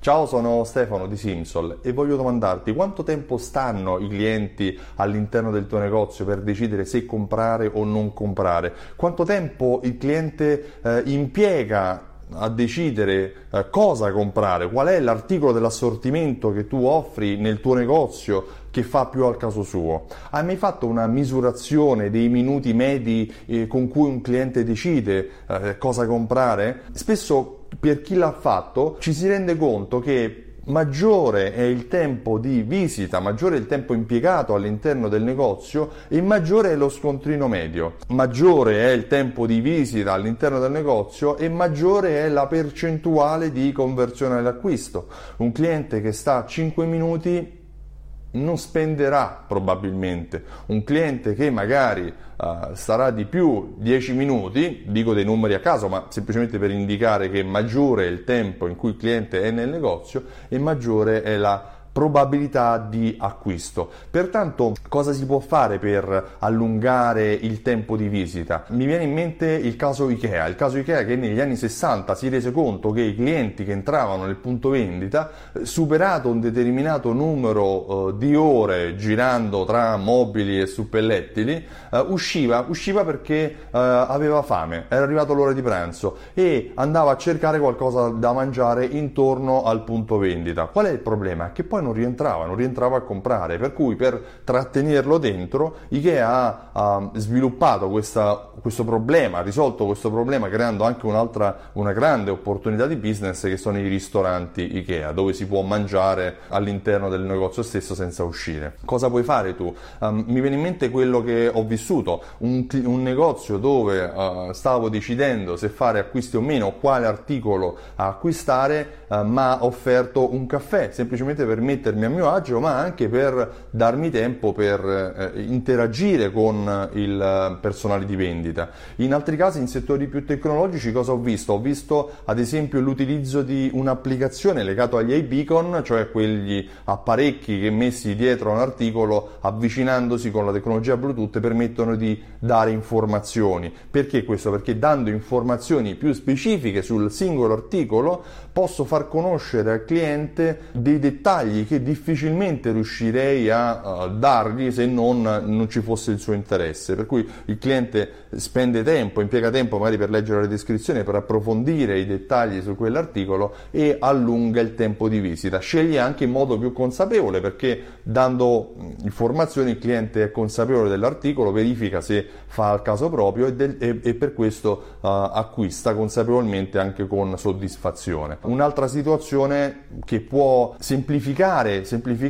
Ciao, sono Stefano di Simsol e voglio domandarti quanto tempo stanno i clienti all'interno del tuo negozio per decidere se comprare o non comprare? Quanto tempo il cliente impiega a decidere cosa comprare? Qual è l'articolo dell'assortimento che tu offri nel tuo negozio che fa più al caso suo? Hai mai fatto una misurazione dei minuti medi con cui un cliente decide cosa comprare? Spesso per chi l'ha fatto ci si rende conto che maggiore è il tempo di visita, maggiore è il tempo impiegato all'interno del negozio e maggiore è lo scontrino medio. Maggiore è il tempo di visita all'interno del negozio e maggiore è la percentuale di conversione all'acquisto. Un cliente che sta 5 minuti non spenderà probabilmente. Un cliente che magari starà di più 10 minuti, dico dei numeri a caso ma semplicemente per indicare che maggiore è il tempo in cui il cliente è nel negozio e maggiore è la probabilità di acquisto. Pertanto cosa si può fare per allungare il tempo di visita? Mi viene in mente il caso Ikea che negli anni 60 si rese conto che i clienti che entravano nel punto vendita, superato un determinato numero di ore girando tra mobili e suppellettili, usciva perché aveva fame, era arrivato l'ora di pranzo e andava a cercare qualcosa da mangiare intorno al punto vendita. Qual è il problema? Che poi non rientrava a comprare, per cui per trattenerlo dentro Ikea ha sviluppato questo problema, ha risolto questo problema creando anche una grande opportunità di business che sono i ristoranti Ikea, dove si può mangiare all'interno del negozio stesso senza uscire. Cosa puoi fare tu? Mi viene in mente quello che ho vissuto, un negozio dove stavo decidendo se fare acquisti o meno, quale articolo acquistare, ma ha offerto un caffè semplicemente per mettermi a mio agio, ma anche per darmi tempo per interagire con il personale di vendita. In altri casi, in settori più tecnologici, cosa ho visto? Ho visto ad esempio l'utilizzo di un'applicazione legata agli iBeacon, cioè quegli apparecchi che messi dietro a un articolo, avvicinandosi con la tecnologia Bluetooth, permettono di dare informazioni. Perché questo? Perché dando informazioni più specifiche sul singolo articolo posso far conoscere al cliente dei dettagli che difficilmente riuscirei a dargli se non ci fosse il suo interesse. Per cui il cliente spende tempo, impiega tempo magari per leggere la descrizione, per approfondire i dettagli su quell'articolo e allunga il tempo di visita. Sceglie anche in modo più consapevole, perché dando informazioni il cliente è consapevole dell'articolo, verifica se fa al caso proprio e per questo acquista consapevolmente anche con soddisfazione. Un'altra situazione che può semplificare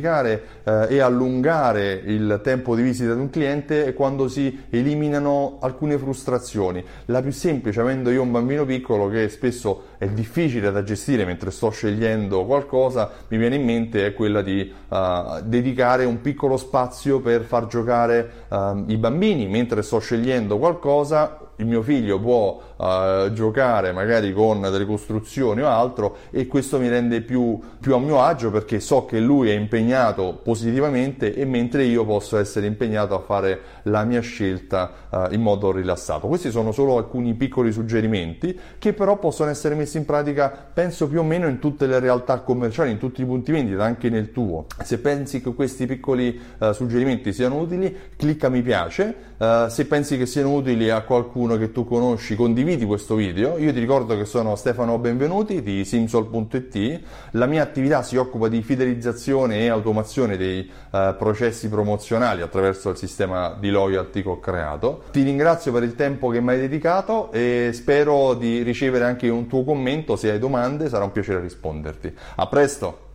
e allungare il tempo di visita di un cliente è quando si eliminano alcune frustrazioni. La più semplice, avendo io un bambino piccolo che spesso è difficile da gestire mentre sto scegliendo qualcosa, mi viene in mente è quella di dedicare un piccolo spazio per far giocare i bambini. Mentre sto scegliendo qualcosa, il mio figlio può giocare magari con delle costruzioni o altro, e questo mi rende più a mio agio, perché so che lui è impegnato positivamente e mentre io posso essere impegnato a fare la mia scelta in modo rilassato. Questi sono solo alcuni piccoli suggerimenti che però possono essere messi in pratica, penso, più o meno in tutte le realtà commerciali, in tutti i punti vendita, anche nel tuo. Se pensi che questi piccoli suggerimenti siano utili, clicca mi piace. Se pensi che siano utili a qualcuno che tu conosci, condividi questo video. Io ti ricordo che sono Stefano Benvenuti di Simsol.it. La mia attività si occupa di fidelizzazione e automazione dei processi promozionali attraverso il sistema di loyalty che ho creato. Ti ringrazio per il tempo che mi hai dedicato e spero di ricevere anche un tuo commento. Se hai domande sarà un piacere risponderti. A presto!